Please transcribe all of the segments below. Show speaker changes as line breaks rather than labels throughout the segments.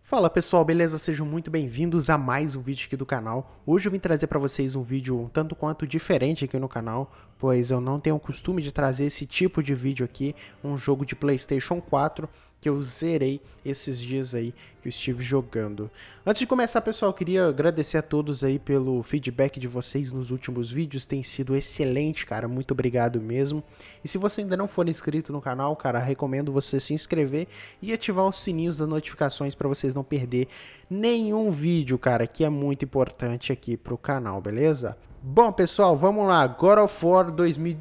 Fala pessoal, beleza? Sejam muito bem-vindos a mais um vídeo aqui do canal. Hoje eu vim trazer para vocês um vídeo um tanto quanto diferente aqui no canal, pois eu não tenho o costume de trazer esse tipo de vídeo aqui, um jogo de PlayStation 4 que eu zerei esses dias aí que eu estive jogando. Antes de começar, pessoal, eu queria agradecer a todos aí pelo feedback de vocês nos últimos vídeos, tem sido excelente, cara, muito obrigado mesmo. E se você ainda não for inscrito no canal, cara, recomendo você se inscrever e ativar os sininhos das notificações para vocês não perder nenhum vídeo, cara, que é muito importante aqui pro canal, beleza? Bom, pessoal, vamos lá, God of War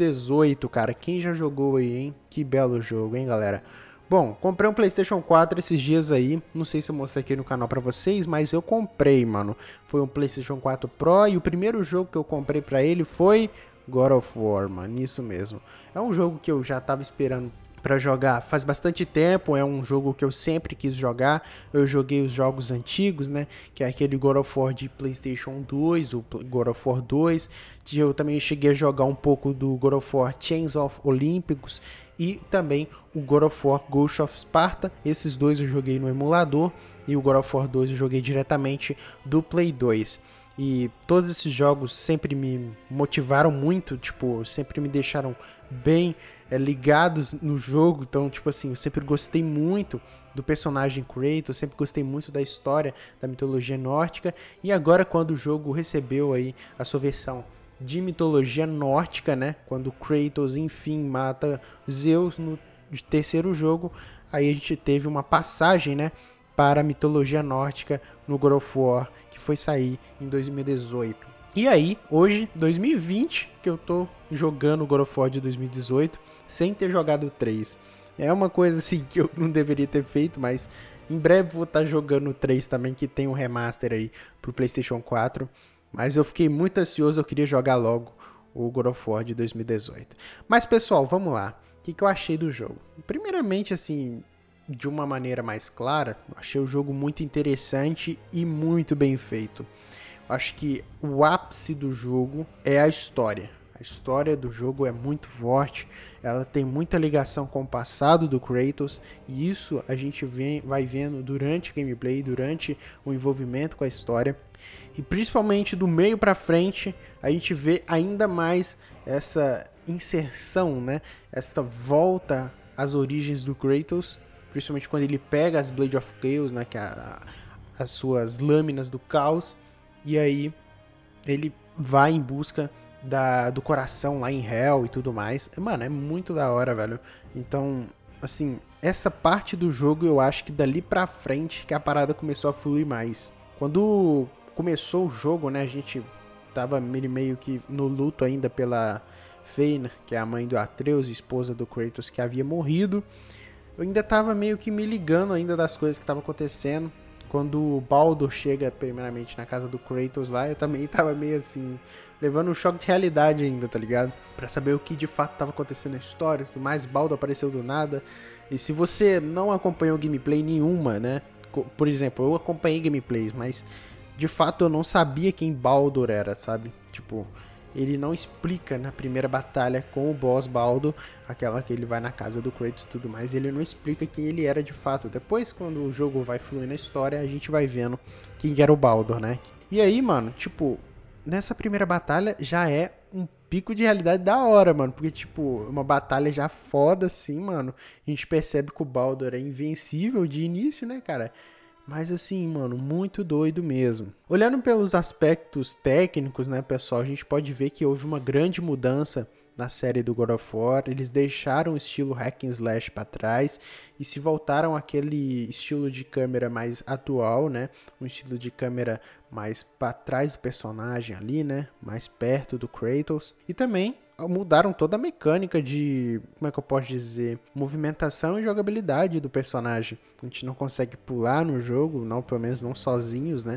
2018, cara, quem já jogou aí, hein? Que belo jogo, hein, galera? Bom, comprei um PlayStation 4 esses dias aí, não sei se eu mostrei aqui no canal pra vocês, mas eu comprei, mano. Foi um PlayStation 4 Pro e o primeiro jogo que eu comprei pra ele foi God of War, mano, isso mesmo. É um jogo que eu já tava esperando pra jogar faz bastante tempo, é um jogo que eu sempre quis jogar. Eu joguei os jogos antigos, né, que é aquele God of War de PlayStation 2, o God of War 2. Eu também cheguei a jogar um pouco do God of War Chains of Olympus e também o God of War Ghost of Sparta. Esses dois eu joguei no emulador e o God of War 2 eu joguei diretamente do Play 2. E todos esses jogos sempre me motivaram muito, tipo, sempre me deixaram bem ligados no jogo. Então, tipo assim, eu sempre gostei muito do personagem Kratos, sempre gostei muito da história da mitologia nórdica. E agora, quando o jogo recebeu aí a sua versão de mitologia nórdica, né? Quando Kratos, enfim, mata Zeus no terceiro jogo, aí a gente teve uma passagem, né, para a mitologia nórdica no God of War, que foi sair em 2018. E aí, hoje, 2020, que eu tô jogando o God of War de 2018, sem ter jogado o 3. É uma coisa assim que eu não deveria ter feito, mas em breve vou estar jogando o 3 também, que tem um remaster aí pro PlayStation 4. Mas eu fiquei muito ansioso, eu queria jogar logo o God of War de 2018. Mas pessoal, vamos lá. O que eu achei do jogo? Primeiramente, assim, de uma maneira mais clara, eu achei o jogo muito interessante e muito bem feito. Eu acho que o ápice do jogo é a história. A história do jogo é muito forte, ela tem muita ligação com o passado do Kratos, e isso a gente vai vendo durante a gameplay, durante o envolvimento com a história. E principalmente do meio pra frente, a gente vê ainda mais essa inserção, né? Essa volta às origens do Kratos, principalmente quando ele pega as Blade of Chaos, né? Que é as suas lâminas do caos, e aí ele vai em busca do coração lá em Hell e tudo mais. Mano, é muito da hora, velho. Então, assim, essa parte do jogo eu acho que dali pra frente que a parada começou a fluir mais. Quando começou o jogo, né, a gente tava meio que no luto ainda pela Feina, que é a mãe do Atreus, esposa do Kratos, que havia morrido. Eu ainda tava meio que me ligando ainda das coisas que estavam acontecendo. Quando o Baldur chega primeiramente na casa do Kratos lá, eu também tava meio assim, levando um choque de realidade ainda, tá ligado? Pra saber o que de fato tava acontecendo na história e tudo mais. Baldur apareceu do nada. E se você não acompanhou gameplay nenhuma, né? Por exemplo, eu acompanhei gameplays, mas de fato eu não sabia quem Baldur era, sabe? Tipo, ele não explica na primeira batalha com o boss Baldur, aquela que ele vai na casa do Kratos e tudo mais, ele não explica quem ele era de fato. Depois, quando o jogo vai fluir na história, a gente vai vendo quem era o Baldur, né? E aí, mano, tipo, nessa primeira batalha já é um pico de realidade da hora, mano, porque, tipo, uma batalha já foda assim, mano, a gente percebe que o Baldur é invencível de início, né, cara? Mas assim, mano, muito doido mesmo. Olhando pelos aspectos técnicos, né, pessoal, a gente pode ver que houve uma grande mudança na série do God of War. Eles deixaram o estilo hack and slash para trás e se voltaram àquele estilo de câmera mais atual, né? Um estilo de câmera mais para trás do personagem ali, né? Mais perto do Kratos. E também mudaram toda a mecânica de, como é que eu posso dizer, movimentação e jogabilidade do personagem. A gente não consegue pular no jogo, não, pelo menos não sozinhos, né?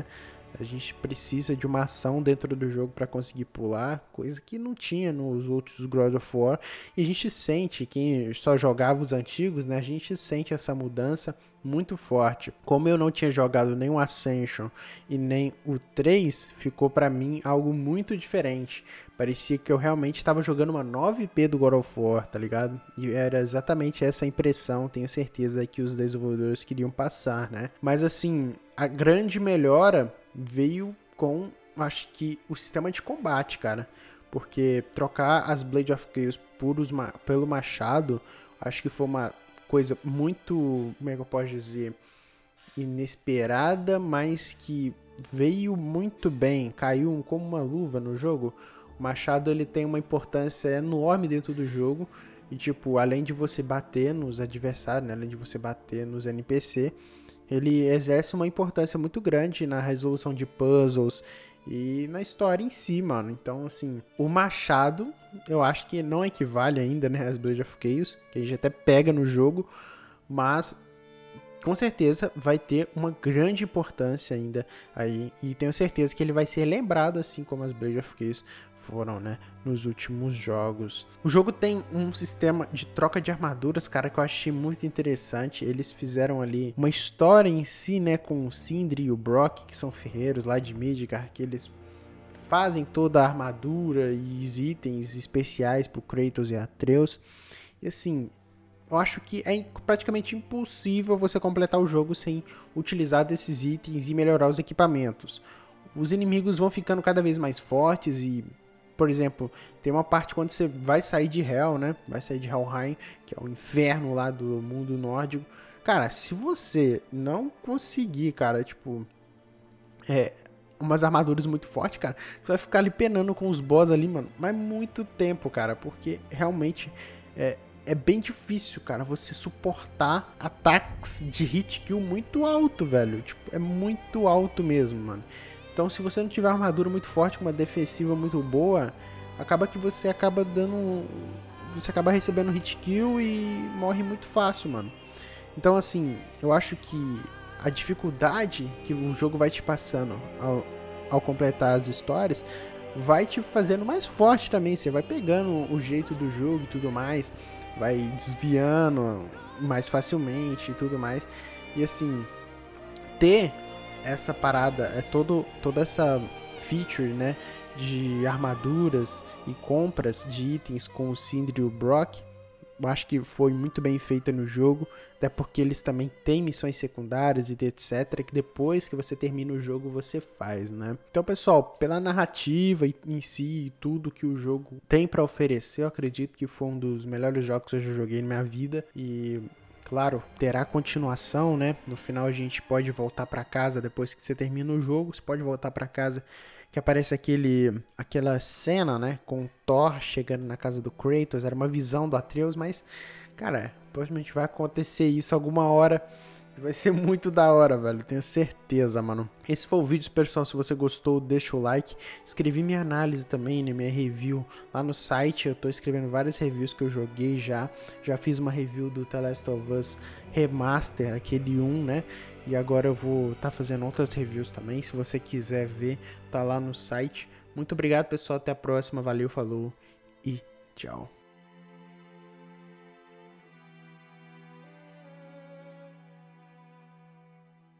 A gente precisa de uma ação dentro do jogo para conseguir pular, coisa que não tinha nos outros God of War. E a gente sente, quem só jogava os antigos, né? A gente sente essa mudança muito forte. Como eu não tinha jogado nem o Ascension e nem o 3, ficou para mim algo muito diferente. Parecia que eu realmente estava jogando uma nova IP do God of War, tá ligado? E era exatamente essa impressão, tenho certeza, que os desenvolvedores queriam passar, né? Mas assim, a grande melhora veio com, acho que, o sistema de combate, cara. Porque trocar as Blade of Chaos pelo machado, acho que foi uma coisa muito, como é que eu posso dizer, inesperada, mas que veio muito bem, caiu como uma luva no jogo. O machado, ele tem uma importância enorme dentro do jogo. E, tipo, além de você bater nos adversários, né? Além de você bater nos NPC, ele exerce uma importância muito grande na resolução de puzzles e na história em si, mano. Então, assim, o machado, eu acho que não equivale ainda, né, às Blade of Chaos, que a gente até pega no jogo, mas com certeza vai ter uma grande importância ainda aí, e tenho certeza que ele vai ser lembrado assim como as Blade of Chaos foram, né, nos últimos jogos. O jogo tem um sistema de troca de armaduras, cara, que eu achei muito interessante. Eles fizeram ali uma história em si, né, com o Sindri e o Brock, que são ferreiros lá de Midgard, que eles fazem toda a armadura e os itens especiais pro Kratos e Atreus. E assim, eu acho que é praticamente impossível você completar o jogo sem utilizar desses itens e melhorar os equipamentos. Os inimigos vão ficando cada vez mais fortes e, por exemplo, tem uma parte quando você vai sair de Hell, né? Vai sair de Helheim, que é o inferno lá do mundo nórdico. Cara, se você não conseguir, cara, tipo, umas armaduras muito fortes, cara, você vai ficar ali penando com os boss ali, mano, mas muito tempo, cara, porque realmente é bem difícil, cara, você suportar ataques de hit kill muito alto, velho. Tipo, é muito alto mesmo, mano. Então, se você não tiver uma armadura muito forte, com uma defensiva muito boa, acaba que você acaba dando... Você acaba recebendo hit kill e morre muito fácil, mano. Então, assim, eu acho que a dificuldade que o jogo vai te passando ao completar as histórias vai te fazendo mais forte também. Você vai pegando o jeito do jogo e tudo mais, vai desviando mais facilmente e tudo mais. E assim, ter essa parada, toda essa feature, né, de armaduras e compras de itens com o Sindri e o Brock, eu acho que foi muito bem feita no jogo, até porque eles também têm missões secundárias e etc, que depois que você termina o jogo você faz, né? Então, pessoal, pela narrativa em si e tudo que o jogo tem para oferecer, eu acredito que foi um dos melhores jogos que eu já joguei na minha vida e... Claro, terá continuação, né? No final a gente pode voltar para casa depois que você termina o jogo. Você pode voltar para casa que aparece aquela cena, né? Com o Thor chegando na casa do Kratos. Era uma visão do Atreus, mas, cara, provavelmente vai acontecer isso alguma hora. Vai ser muito da hora, velho. Tenho certeza, mano. Esse foi o vídeo, pessoal. Se você gostou, deixa o like. Escrevi minha análise também, né? Minha review lá no site. Eu tô escrevendo várias reviews que eu joguei já. Já fiz uma review do The Last of Us Remaster, aquele 1, né? E agora eu vou tá fazendo outras reviews também. Se você quiser ver, tá lá no site. Muito obrigado, pessoal. Até a próxima. Valeu, falou e tchau.